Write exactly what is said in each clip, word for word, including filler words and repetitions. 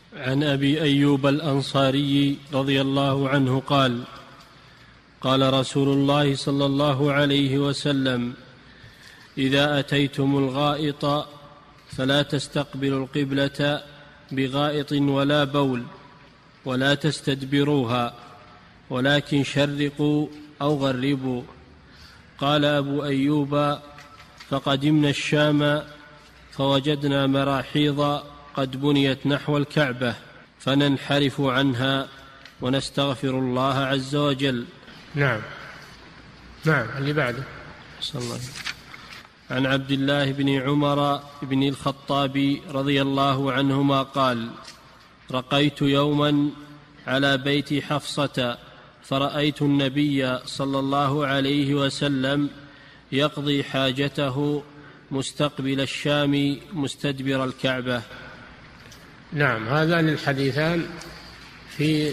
عن أبي أيوب الأنصاري رضي الله عنه قال: قال رسول الله صلى الله عليه وسلم: إذا أتيتم الغائط فلا تستقبلوا القبلة بغائط ولا بول ولا تستدبروها، ولكن شرقوا أو غربوا. قال أبو أيوب: فقدمنا الشام فوجدنا مراحيض قد بنيت نحو الكعبة فننحرف عنها ونستغفر الله عز وجل. نعم نعم اللي بعده. صلى الله عليه وسلم. عن عبد الله بن عمر بن الخطاب رضي الله عنهما قال: رقيت يوما على بيت حفصة فرأيت النبي صلى الله عليه وسلم يقضي حاجته مستقبل الشام مستدبر الكعبة. نعم، هذان الحديثان في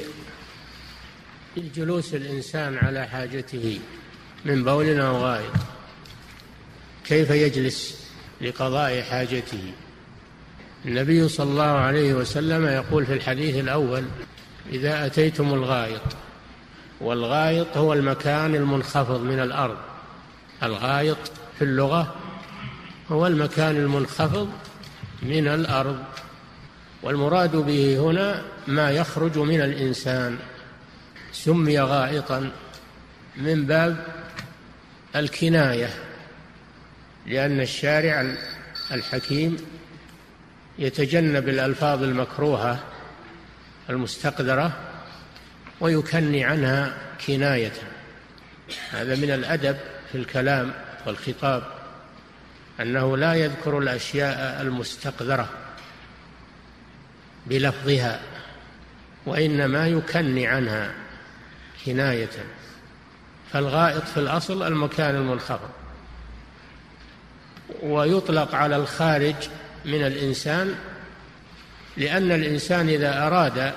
جلوس الإنسان على حاجته من بول أو غائط، كيف يجلس لقضاء حاجته. النبي صلى الله عليه وسلم يقول في الحديث الأول: إذا أتيتم الغائط، والغائط هو المكان المنخفض من الأرض. الغائط في اللغة هو المكان المنخفض من الأرض، والمراد به هنا ما يخرج من الإنسان، سمي غائطا من باب الكناية، لأن الشارع الحكيم يتجنب الألفاظ المكروهة المستقذرة ويكني عنها كناية. هذا من الأدب في الكلام والخطاب، أنه لا يذكر الأشياء المستقذرة بلفظها، وإنما يكني عنها كناية. فالغائط في الأصل المكان المنخفض، ويطلق على الخارج من الإنسان، لأن الإنسان إذا أراد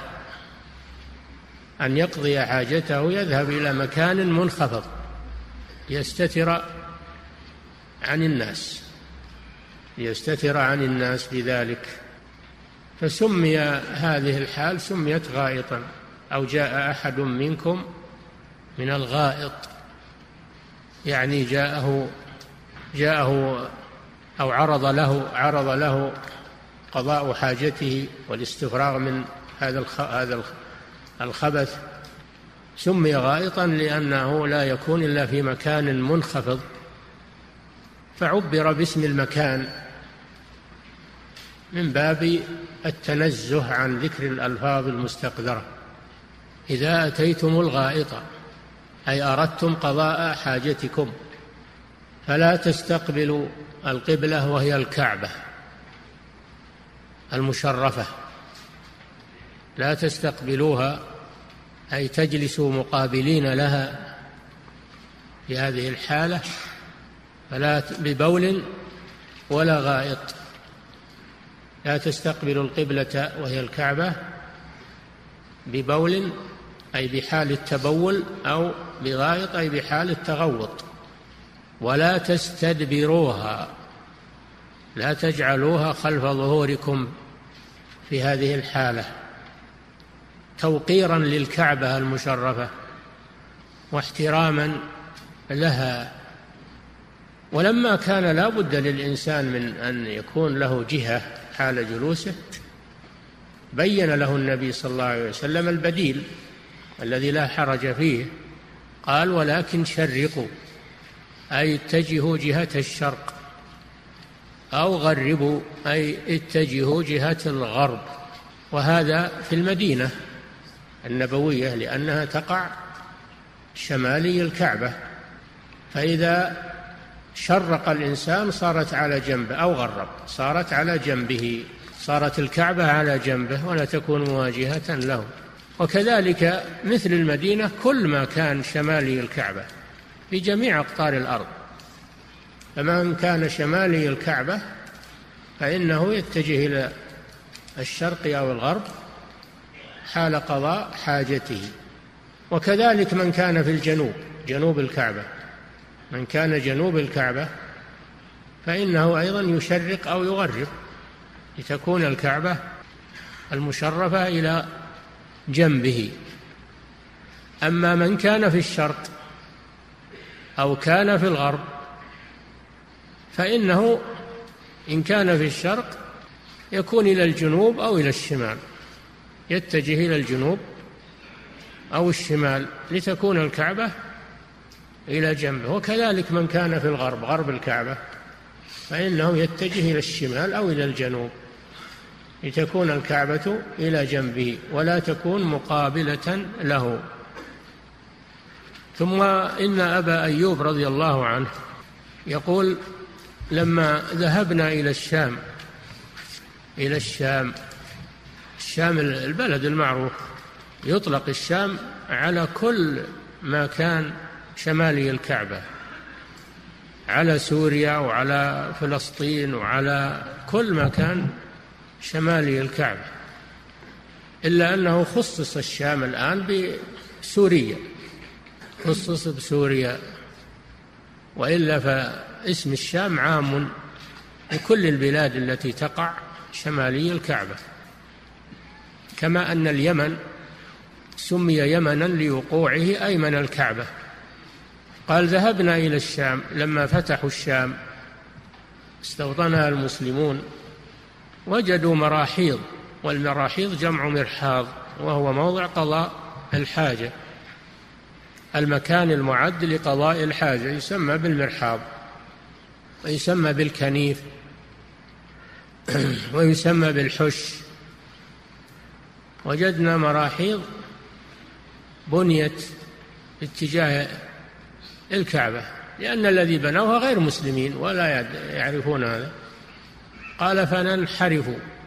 أن يقضي حاجته يذهب إلى مكان منخفض يستتر عن الناس يستتر عن الناس بذلك، فسمي هذه الحال سميت غائطا. أو جاء أحد منكم من الغائط، يعني جاءه جاءه أو عرض له عرض له قضاء حاجته والاستفراغ من هذا هذا الخبث، سمي غائطا لأنه لا يكون إلا في مكان منخفض، فعبر باسم المكان من باب التنزه عن ذكر الألفاظ المستقذرة. إذا أتيتم الغائط أي أردتم قضاء حاجتكم فلا تستقبلوا القبلة وهي الكعبة المشرفة، لا تستقبلوها أي تجلسوا مقابلين لها في هذه الحالة، فلا ببول ولا غائط. لا تستقبلوا القبلة وهي الكعبة ببول أي بحال التبول، أو بغائط أي بحال التغوط. ولا تستدبروها، لا تجعلوها خلف ظهوركم في هذه الحالة، توقيرا للكعبة المشرفة واحتراما لها. ولما كان لا بد للإنسان من أن يكون له جهة حال جلوسه، بين له النبي صلى الله عليه وسلم البديل الذي لا حرج فيه. قال: ولكن شرقوا، أي اتجهوا جهة الشرق، أو غربوا أي اتجهوا جهة الغرب. وهذا في المدينة النبوية لأنها تقع شمالي الكعبة، فإذا شرق الإنسان صارت على جنبه، أو غرب صارت على جنبه، صارت الكعبة على جنبه ولا تكون مواجهة له. وكذلك مثل المدينة كل ما كان شمالي الكعبة في جميع أقطار الأرض، فمن كان شمالي الكعبة فإنه يتجه إلى الشرق أو الغرب حال قضاء حاجته. وكذلك من كان في الجنوب، جنوب الكعبة، من كان جنوب الكعبة فإنه أيضا يشرق أو يغرب لتكون الكعبة المشرفة إلى جنبه. أما من كان في الشرق أو كان في الغرب فإنه إن كان في الشرق يكون إلى الجنوب أو إلى الشمال، يتجه إلى الجنوب أو الشمال لتكون الكعبة إلى جنبه. وكذلك من كان في الغرب غرب الكعبة فإنه يتجه إلى الشمال أو إلى الجنوب لتكون الكعبة إلى جنبه ولا تكون مقابلة له. ثم إن أبا أيوب رضي الله عنه يقول لما ذهبنا إلى الشام إلى الشام الشام البلد المعروف، يطلق الشام على كل ما كان شمالي الكعبة، على سوريا وعلى فلسطين وعلى كل ما كان شمالي الكعبة، إلا أنه خصص الشام الآن بسوريا، خصص بسوريا، وإلا فاسم الشام عام لكل البلاد التي تقع شمالي الكعبة، كما أن اليمن سمي يمنا لوقوعه أيمن الكعبة. قال ذهبنا إلى الشام لما فتحوا الشام استوطنها المسلمون وجدوا مراحيض، والمراحيض جمع مرحاض وهو موضع قضاء الحاجة، المكان المعد لقضاء الحاجة يسمى بالمرحاض ويسمى بالكنيف ويسمى بالحش. وجدنا مراحيض بنيت باتجاه الكعبة لأن الذي بنوها غير مسلمين ولا يعرفون هذا. قال فننحرف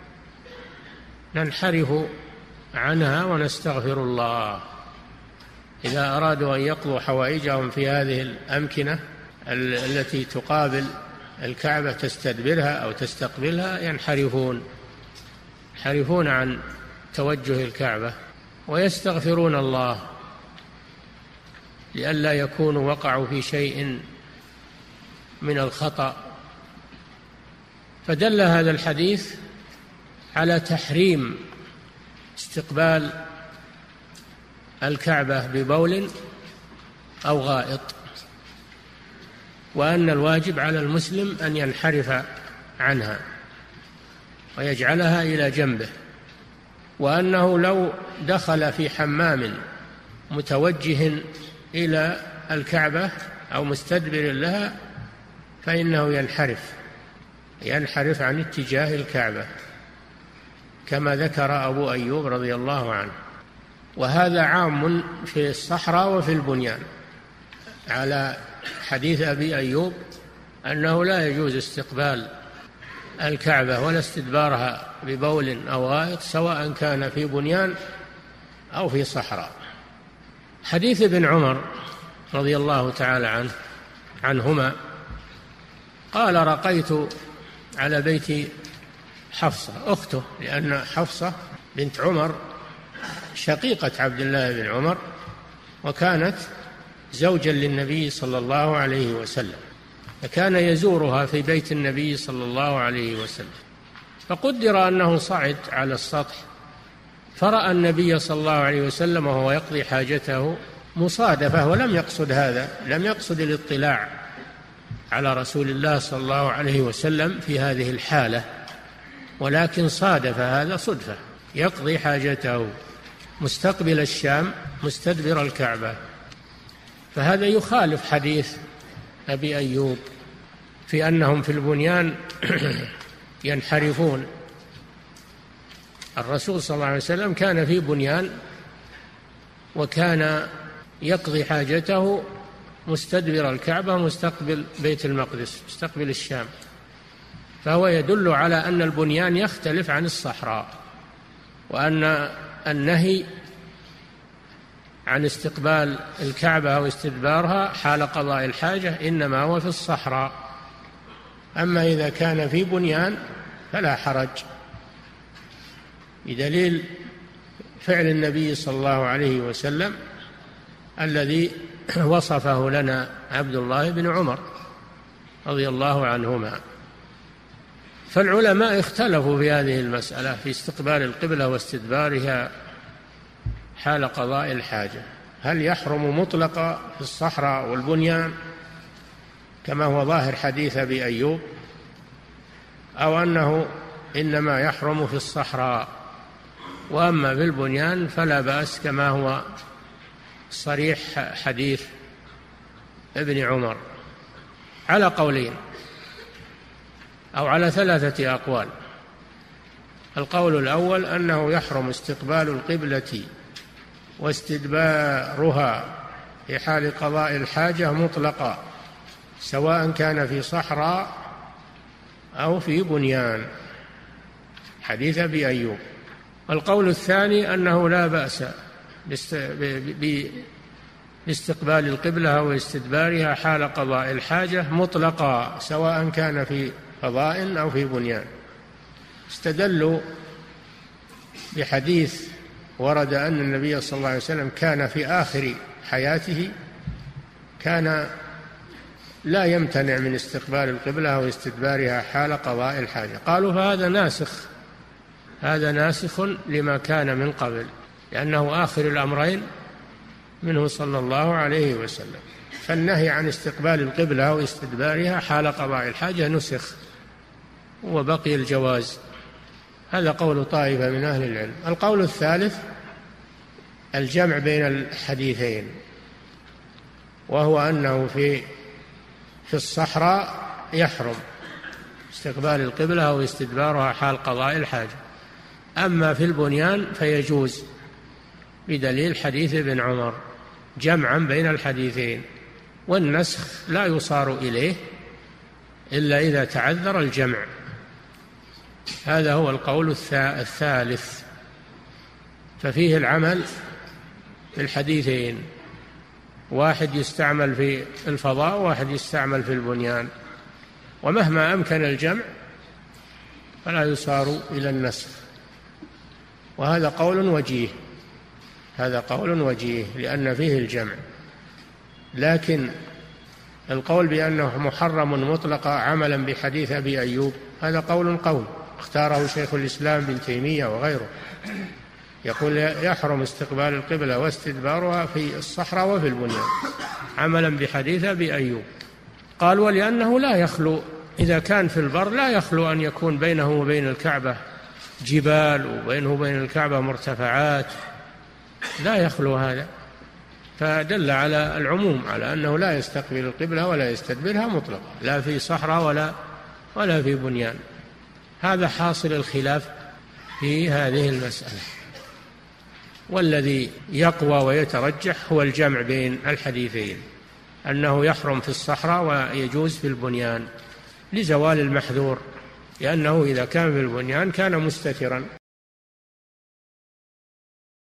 ننحرف عنها ونستغفر الله. إذا أرادوا أن يقضوا حوائجهم في هذه الأمكنة التي تقابل الكعبة تستدبرها أو تستقبلها ينحرفون ينحرفون عن توجه الكعبة ويستغفرون الله لئلا يكونوا وقعوا في شيء من الخطأ. فدل هذا الحديث على تحريم استقبال الكعبة ببول أو غائط، وأن الواجب على المسلم أن ينحرف عنها ويجعلها إلى جنبه، وأنه لو دخل في حمام متوجه إلى الكعبة أو مستدبر لها فإنه ينحرف ينحرف عن اتجاه الكعبة كما ذكر أبو أيوب رضي الله عنه. وهذا عام في الصحراء وفي البنيان، على حديث أبي أيوب أنه لا يجوز استقبال الكعبة ولا استدبارها ببول أو غائط سواء كان في بنيان أو في صحراء. حديث ابن عمر رضي الله تعالى عنه عنهما قال رقيت على بيت حفصة أخته، لأن حفصة بنت عمر شقيقة عبد الله بن عمر وكانت زوجا للنبي صلى الله عليه وسلم، فكان يزورها في بيت النبي صلى الله عليه وسلم. فقدر أنه صعد على السطح فرأى النبي صلى الله عليه وسلم وهو يقضي حاجته مصادفة، ولم يقصد هذا، لم يقصد الاطلاع على رسول الله صلى الله عليه وسلم في هذه الحالة، ولكن صادف هذا صدفة، يقضي حاجته مستقبل الشام مستدبر الكعبة. فهذا يخالف حديث أبي أيوب في أنهم في البنيان ينحرفون. الرسول صلى الله عليه وسلم كان في بنيان وكان يقضي حاجته مستدبر الكعبة مستقبل بيت المقدس مستقبل الشام، فهو يدل على أن البنيان يختلف عن الصحراء، وأن النهي عن استقبال الكعبة أو استدبارها حال قضاء الحاجة إنما هو في الصحراء. أما إذا كان في بنيان فلا حرج، بدليل فعل النبي صلى الله عليه وسلم الذي وصفه لنا عبد الله بن عمر رضي الله عنهما. فالعلماء اختلفوا في هذه المسألة في استقبال القبلة واستدبارها حال قضاء الحاجة، هل يحرم مطلقا في الصحراء والبنيان كما هو ظاهر حديث أبي أيوب، أو أنه إنما يحرم في الصحراء وأما في البنيان فلا بأس كما هو صريح حديث ابن عمر؟ على قولين أو على ثلاثة أقوال. القول الأول أنه يحرم استقبال القبلة واستدبارها في حال قضاء الحاجة مطلقا سواء كان في صحراء أو في بنيان، حديث أبي أيوب. القول الثاني أنه لا بأس باستقبال القبلة واستدبارها حال قضاء الحاجة مطلقا سواء كان في فضاء أو في بنيان. استدلوا بحديث ورد أن النبي صلى الله عليه وسلم كان في آخر حياته كان لا يمتنع من استقبال القبلة واستدبارها حال قضاء الحاجة. قالوا فهذا ناسخ، هذا ناسخ لما كان من قبل، لأنه آخر الأمرين منه صلى الله عليه وسلم، فالنهي عن استقبال القبلة واستدبارها حال قضاء الحاجة نسخ وبقي الجواز. هذا قول طائفة من أهل العلم. القول الثالث الجمع بين الحديثين، وهو أنه في في الصحراء يحرم استقبال القبلة أو استدبارها حال قضاء الحاجة، أما في البنيان فيجوز بدليل حديث ابن عمر، جمعا بين الحديثين. والنسخ لا يصار إليه إلا إذا تعذر الجمع. هذا هو القول الثالث، ففيه العمل في الحديثين، واحد يستعمل في الفضاء وواحد يستعمل في البنيان، ومهما أمكن الجمع فلا يصار إلى النسخ. وهذا قول وجيه، هذا قول وجيه لأن فيه الجمع. لكن القول بأنه محرم مطلقا عملا بحديث أبي أيوب هذا قول قول اختاره شيخ الإسلام بن تيمية وغيره، يقول يحرم استقبال القبلة واستدبارها في الصحراء وفي البنيان عملا بحديث أبي أيوب. قال ولأنه لا يخلو، إذا كان في البر لا يخلو أن يكون بينه وبين الكعبة جبال وبينه وبين الكعبة مرتفعات، لا يخلو هذا، فدل على العموم على أنه لا يستقبل القبلة ولا يستدبرها مطلقا لا في صحراء ولا ولا في بنيان. هذا حاصل الخلاف في هذه المسألة، والذي يقوى ويترجح هو الجمع بين الحديثين، أنه يحرم في الصحراء ويجوز في البنيان لزوال المحذور، لأنه إذا كان في البنيان كان مستترا